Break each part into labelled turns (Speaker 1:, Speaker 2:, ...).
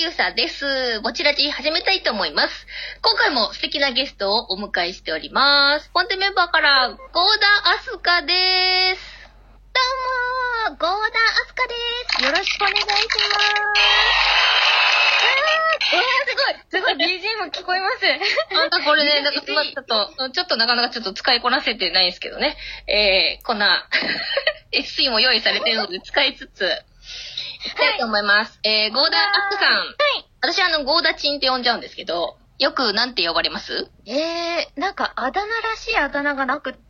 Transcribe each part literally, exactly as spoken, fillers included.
Speaker 1: ゆさです。ぼちらじ始めたいと思います。今回も素敵なゲストをお迎えしております。本店メンバーからゴーダアスカです。
Speaker 2: どうもー、ゴーダアスカです。よろしくお願いします。あー、うわー、すごい、すごい ビージーエム 聞こえます。
Speaker 1: なんかこれね、なんか詰まったと、ちょっとなかなかちょっと使いこなせてないんですけどね。えー、こんな、エスシー も用意されてるので使いつつ、いきたいと思います。はい、えー、ゴーダアスカさん。はい。私あの、ゴーダチンって呼んじゃうんですけど、よくなんて呼ばれます？
Speaker 2: えー、なんかあだ名らしいあだ名がなくって、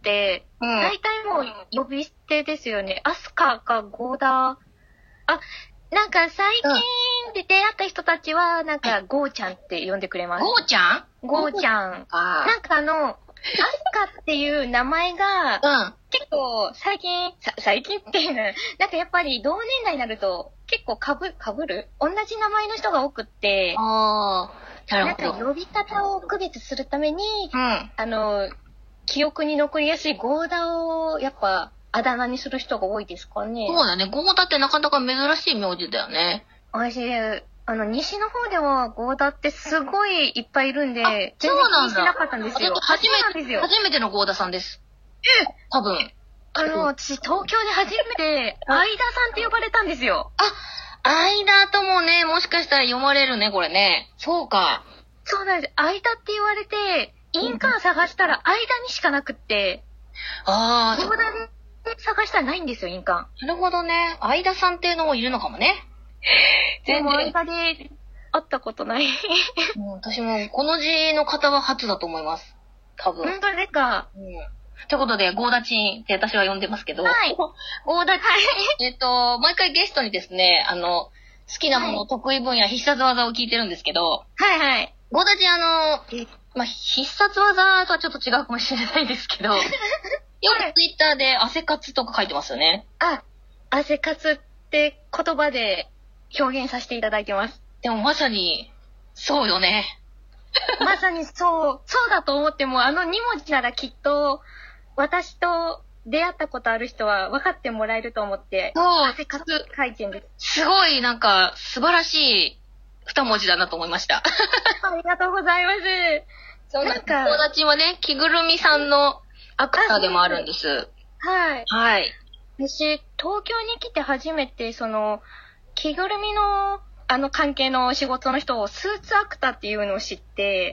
Speaker 2: うん、大体もう呼び捨てですよね。アスカかゴーダ。あ、なんか最近で出会った人たちは、なんかゴーちゃんって呼んでくれます。
Speaker 1: ゴーちゃん？
Speaker 2: ゴーちゃん。あ、なんかあの、アスカっていう名前が、うん、結構最近、さ最近っていうのは、なんかやっぱり同年代になると結構かぶ、かぶる同じ名前の人が多くって、
Speaker 1: あー、なるほど。
Speaker 2: なんか呼び方を区別するために、うん、あの、記憶に残りやすいゴーダをやっぱあだ名にする人が多いですかね。
Speaker 1: そうだね。ゴーダってなかなか珍しい名字だよね。
Speaker 2: 私、あの、西の方ではゴーダってすごいいっぱいいるんで、全然気にしてなかったんですよ。
Speaker 1: 初めて、初めてのゴーダさんです。え多分。
Speaker 2: あの、私、東京で初めて、相田さんって呼ばれたんですよ。
Speaker 1: あ、相田ともね、もしかしたら読まれるね、これね。そうか。
Speaker 2: そうなんです。相田って言われて、印鑑探したら相田にしかなくって、
Speaker 1: ああ。
Speaker 2: ゴーダで探したらないんですよ、印鑑。
Speaker 1: なるほどね。相田さんっていうのもいるのかもね。
Speaker 2: 全然。相田で会ったことない。
Speaker 1: うん、私もこの字の方は初だと思います。多分。
Speaker 2: 本当ですか。
Speaker 1: うん。ということで、ゴーダチンって私は呼んでますけど。
Speaker 2: はい。
Speaker 1: ゴーダチン。えっと、毎回ゲストにですね、あの、好きなもの、はい、得意分野、必殺技を聞いてるんですけど。
Speaker 2: はいはい。
Speaker 1: ゴーダチンあの、まあ、必殺技とはちょっと違うかもしれないですけど、よくツイッターで汗活とか書いてますよね。
Speaker 2: あ、汗活って言葉で表現させていただいてます。
Speaker 1: でもまさに、そうよね。
Speaker 2: まさにそう、そうだと思っても、あのに文字ならきっと、私と出会ったことある人は分かってもらえると思って、
Speaker 1: そう、
Speaker 2: 汗活会見です。
Speaker 1: すごいなんか素晴らしい二文字だなと思いました。
Speaker 2: ありがとうございます。
Speaker 1: そうなんか、友達はね、着ぐるみさんのアクターでもあるんです。
Speaker 2: はい。
Speaker 1: はい。
Speaker 2: 私、東京に来て初めて、その、着ぐるみの、あの関係の仕事の人をスーツアクターっていうのを知って、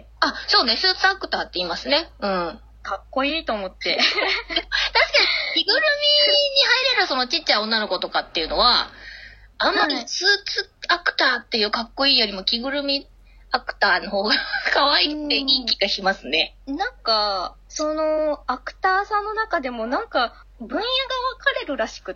Speaker 1: あ、そうね、スーツアクターって言いますね。うん。
Speaker 2: かっこいいと思って。確か
Speaker 1: に、着ぐるみに入れるそのちっちゃい女の子とかっていうのは、あんまりスーツアクターっていうかっこいいよりも着ぐるみアクターの方が可愛くていい気がしますね。
Speaker 2: なんか、そのアクターさんの中でもなんか分野が分かれるらしくって。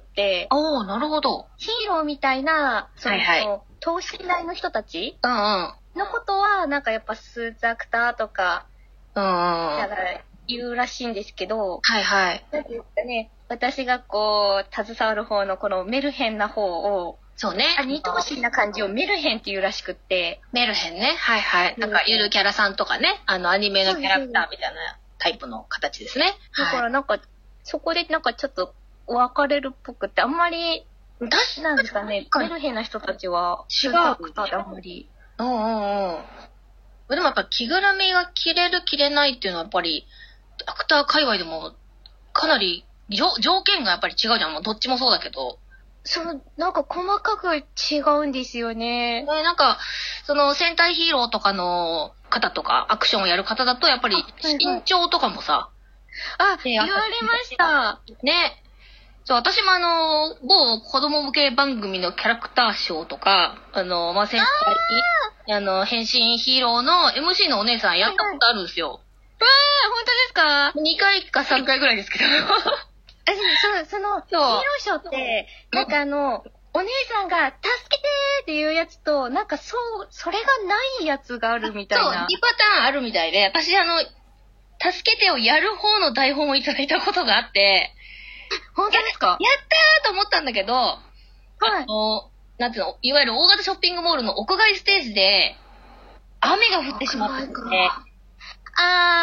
Speaker 1: おー、なるほど。
Speaker 2: ヒーローみたいな、その、はいはい、等身大の人たち
Speaker 1: うんうん。
Speaker 2: のことは、なんかやっぱスーツアクターとか、
Speaker 1: うんうん。
Speaker 2: だから言うらしいんですけど、
Speaker 1: はいはい。
Speaker 2: なんていうかね、私がこう、携わる方のこのメルヘンな方を、
Speaker 1: そうね。
Speaker 2: あ、二頭身な感じをメルヘンっていうらしくって。
Speaker 1: メルヘンね。はいはい。なんか、ゆるキャラさんとかね、あの、アニメのキャラクターみたいなタイプの形ですね。
Speaker 2: だからなんか、はい、そこでなんかちょっと分かれるっぽくって、あんまり、なんですかね、メルヘンな人たちは、
Speaker 1: 違う。
Speaker 2: アクターであんまり。
Speaker 1: うんうんうん。でもやっぱ着ぐるみが着れる着れないっていうのはやっぱり、アクター界隈でもかなり条件がやっぱり違うじゃん。もうどっちもそうだけど。
Speaker 2: そう、なんか細かく違うんですよね。
Speaker 1: ね、なんか、その戦隊ヒーローとかの方とか、アクションをやる方だと、やっぱり身長とかもさ。
Speaker 2: あ、言われました。
Speaker 1: ね。そう、私もあの、某子供向け番組のキャラクターショーとか、あの、まあ、戦隊、あの、変身ヒーローの エムシー のお姉さんやったことあるんですよ。わ
Speaker 2: ー、本当ですか？
Speaker 1: にかいかさんかいぐらいですけど。
Speaker 2: あ、そう、その、ヒーローショーって、なんかあの、お姉さんが、助けてーっていうやつと、なんかそう、それがないやつがあるみたいな。
Speaker 1: そう、にパターンあるみたいで、私あの、助けてをやる方の台本をいただいたことがあって、
Speaker 2: 本当ですか？や
Speaker 1: ったーと思ったんだけど、はい。あの、なんていうの、いわゆる大型ショッピングモールの屋外ステージで、雨が降ってしまったので、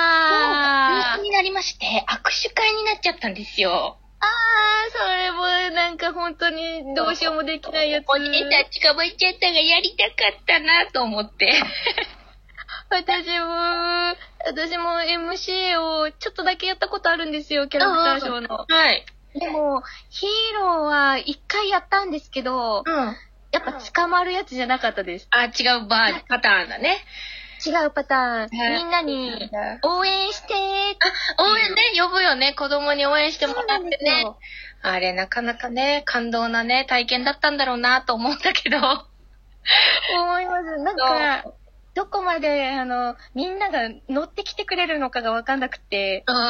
Speaker 2: あー。
Speaker 1: そう、になりまして、握手会になっちゃったんですよ。
Speaker 2: あー、それもなんか本当にどうしようもできないやつ。
Speaker 1: お姉たち捕まっちゃったがやりたかったなと思って。
Speaker 2: 私も、私も エムシー をちょっとだけやったことあるんですよ、キャラクターショーの。
Speaker 1: はい。
Speaker 2: でも、ヒーローは一回やったんですけど、
Speaker 1: うん。
Speaker 2: やっぱ捕まるやつじゃなかったです。
Speaker 1: あ、違うバー、パターンだね。
Speaker 2: 違うパターン。みんなに、応援してー
Speaker 1: あ、応援ね、呼ぶよね。子供に応援してもらってね。あれ、なかなかね、感動なね、体験だったんだろうなと思うんだけど。
Speaker 2: 思います。なんか、どこまで、あの、みんなが乗ってきてくれるのかがわかんなくて。
Speaker 1: うん。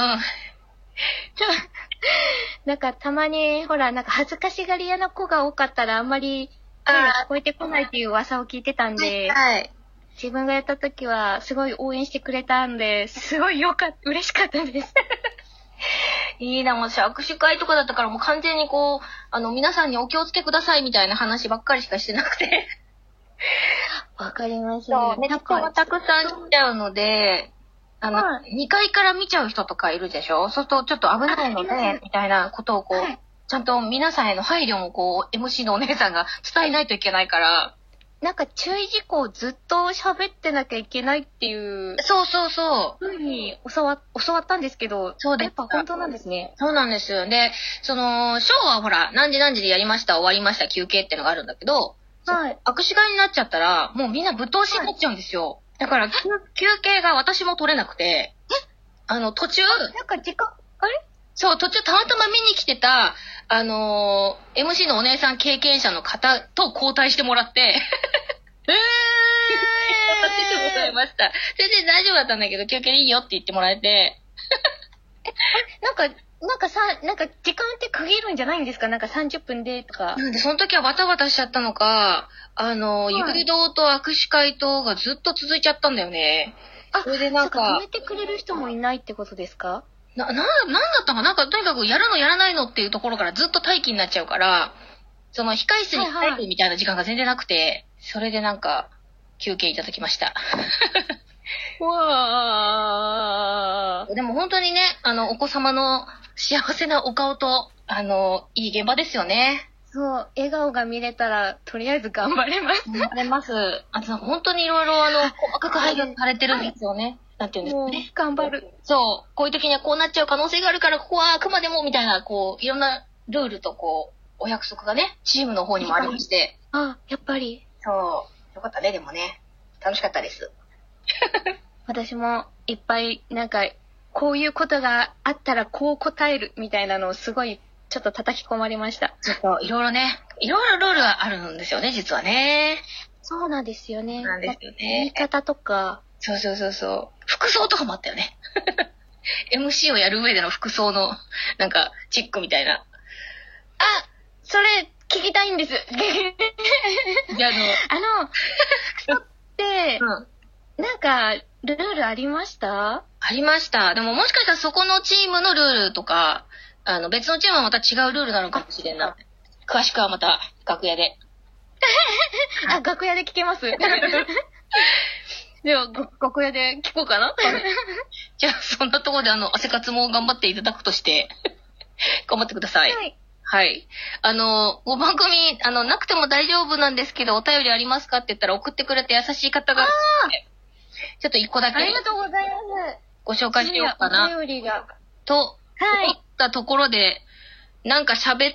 Speaker 2: なんか、たまに、ほら、なんか恥ずかしがり屋の子が多かったら、あんまり、声が聞こえてこないっていう噂を聞いてたんで、
Speaker 1: はい。
Speaker 2: 自分がやった時は、すごい応援してくれたんで、すごいよかった、嬉しかったです。
Speaker 1: いいな、もう握手会とかだったからもう完全にこう、あの、皆さんにお気をつけくださいみたいな話ばっかりしかしてなくて。
Speaker 2: わかります。
Speaker 1: そう、ネットがたくさん来ちゃうので、あの、はい、にかいから見ちゃう人とかいるでしょ？そうするとちょっと危ないので、みたいなことをこう、はい、ちゃんと皆さんへの配慮もこう、エムシー のお姉さんが伝えないといけないから、
Speaker 2: なんか注意事項をずっと喋ってなきゃいけないっていう。
Speaker 1: そうそうそう。
Speaker 2: ふうに教わ、教わったんですけど。
Speaker 1: そうです。
Speaker 2: やっぱ本当なんですね。
Speaker 1: そうなんですよ。で、その、ショーはほら、何時何時でやりました、終わりました、休憩ってのがあるんだけど、はい。握手会になっちゃったら、もうみんなぶっ通しになっちゃうんですよ。はい、だから、休憩が私も取れなくて、えあの、途中、
Speaker 2: なんか時間、あれ
Speaker 1: そう、途中たまたま見に来てた、あのー、エムシー のお姉さん経験者の方と交代してもらって、えーさせてもらいました。全然大丈夫だったんだけど、休憩いいよって言ってもらえて。
Speaker 2: なんか、なんかさ、なんか時間って区切るんじゃないんですか？なんかさんじゅっぷんでとか。
Speaker 1: なんで、その時はバタバタしちゃったのか、あの、はい、誘導と握手会とがずっと続いちゃったんだよね。
Speaker 2: あ、それでなんか。止めてくれる人もいないってことですか？
Speaker 1: な、な、なんだったかなんか、とにかくやるのやらないのっていうところからずっと待機になっちゃうから、その控室に入るみたいな時間が全然なくて、はいはい、それでなんか、休憩いただきました。わー。でも本当にね、あの、お子様の幸せなお顔と、あの、いい現場ですよね。
Speaker 2: そう、笑顔が見れたら、とりあえず頑張れます。
Speaker 1: 頑張れます。あと、本当にいろいろ、あの、細かく配慮されてるんですよね。なんていうんですかね。
Speaker 2: 頑張る。
Speaker 1: そう。こういう時にはこうなっちゃう可能性があるから、ここはあくまでも、みたいな、こう、いろんなルールと、こう、お約束がね、チームの方にもありまして。
Speaker 2: あ、やっぱり。
Speaker 1: そう。よかったね、でもね。楽しかったです。
Speaker 2: 私もいっぱいなんかこういうことがあったらこう答えるみたいなのをすごいちょっと叩き込まれました。
Speaker 1: ちょっといろいろね、いろいろルールがあるんですよね、実はね。
Speaker 2: そうなんですよね。
Speaker 1: そうなんですよね。
Speaker 2: 言い方とか。
Speaker 1: そうそうそうそう。服装とかもあったよね。エムシー をやる上での服装のなんかチェックみたいな。
Speaker 2: あ、それ聞きたいんです。じゃあの、あの、服装って、うんなんか、ルールありました？
Speaker 1: ありました。でももしかしたらそこのチームのルールとか、あの別のチームはまた違うルールなのかもしれない。詳しくはまた楽屋で。
Speaker 2: あ、楽屋で聞けますでは、楽屋で聞こうかな
Speaker 1: じゃあ、そんなところであの、汗活も頑張っていただくとして、頑張ってください。はい。はい。あの、ご番組、あの、なくても大丈夫なんですけど、お便りありますかって言ったら送ってくれて優しい方が、ちょっと一個だけ。
Speaker 2: ありがとうございます。
Speaker 1: ご紹介しようかな。
Speaker 2: お便りが。
Speaker 1: と、はい。思ったところで、なんか喋って、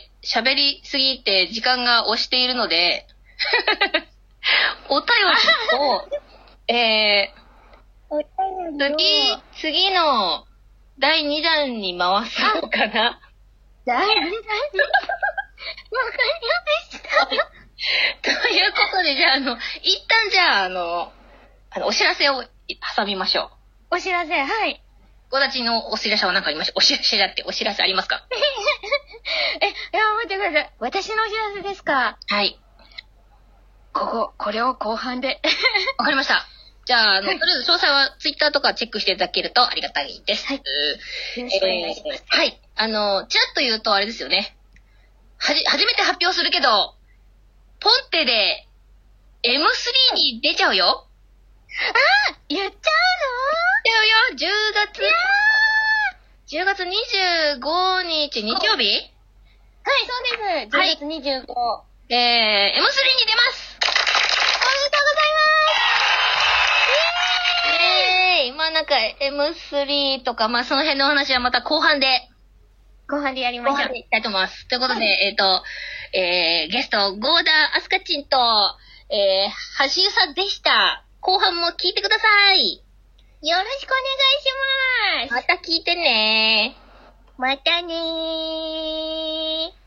Speaker 1: 喋りすぎて時間が押しているので、お便りを、えー、次、次のだいにだんに回すのかな。
Speaker 2: だいにだんにわかりました。と
Speaker 1: いうことで、じゃあ、あの、一旦じゃあ、あの、あの、お知らせを挟みましょ
Speaker 2: う。お知らせ、はい。
Speaker 1: ごたちのお知らせは何かありましょう。お知らせだってお知らせありますか
Speaker 2: え、いや、待ってください。私のお知らせですか？
Speaker 1: はい。
Speaker 2: ここ、これを後半で。
Speaker 1: わかりました。じゃあ、あの、とりあえず詳細はツイッターとかチェックしていただけるとありがたいです。はい。よろしくお願いします。はい。あの、ちらっと言うとあれですよね。はじ、初めて発表するけど、ポンテで エムスリー に出ちゃうよ。
Speaker 2: あー言っちゃうの？
Speaker 1: 出ちゃうよ。じゅうがつ。じゅうがつにじゅうごにち日曜日？
Speaker 2: そうです。じゅうがつにじゅうご。
Speaker 1: えー、エムスリー に出ます。
Speaker 2: おめでとうございます。
Speaker 1: イェーイ。まあなんか エムスリー とか、まあその辺の話はまた後半で。
Speaker 2: 後半でやりましょう。
Speaker 1: 後半でいきたいと思います。ということで、はい、えっ、ー、と、えー、ゲスト、ゴーダーアスカチンと、えー、はしゆさでした。後半も聞いてください。
Speaker 2: よろしくお願いします。
Speaker 1: また聞いてね。
Speaker 2: またねー。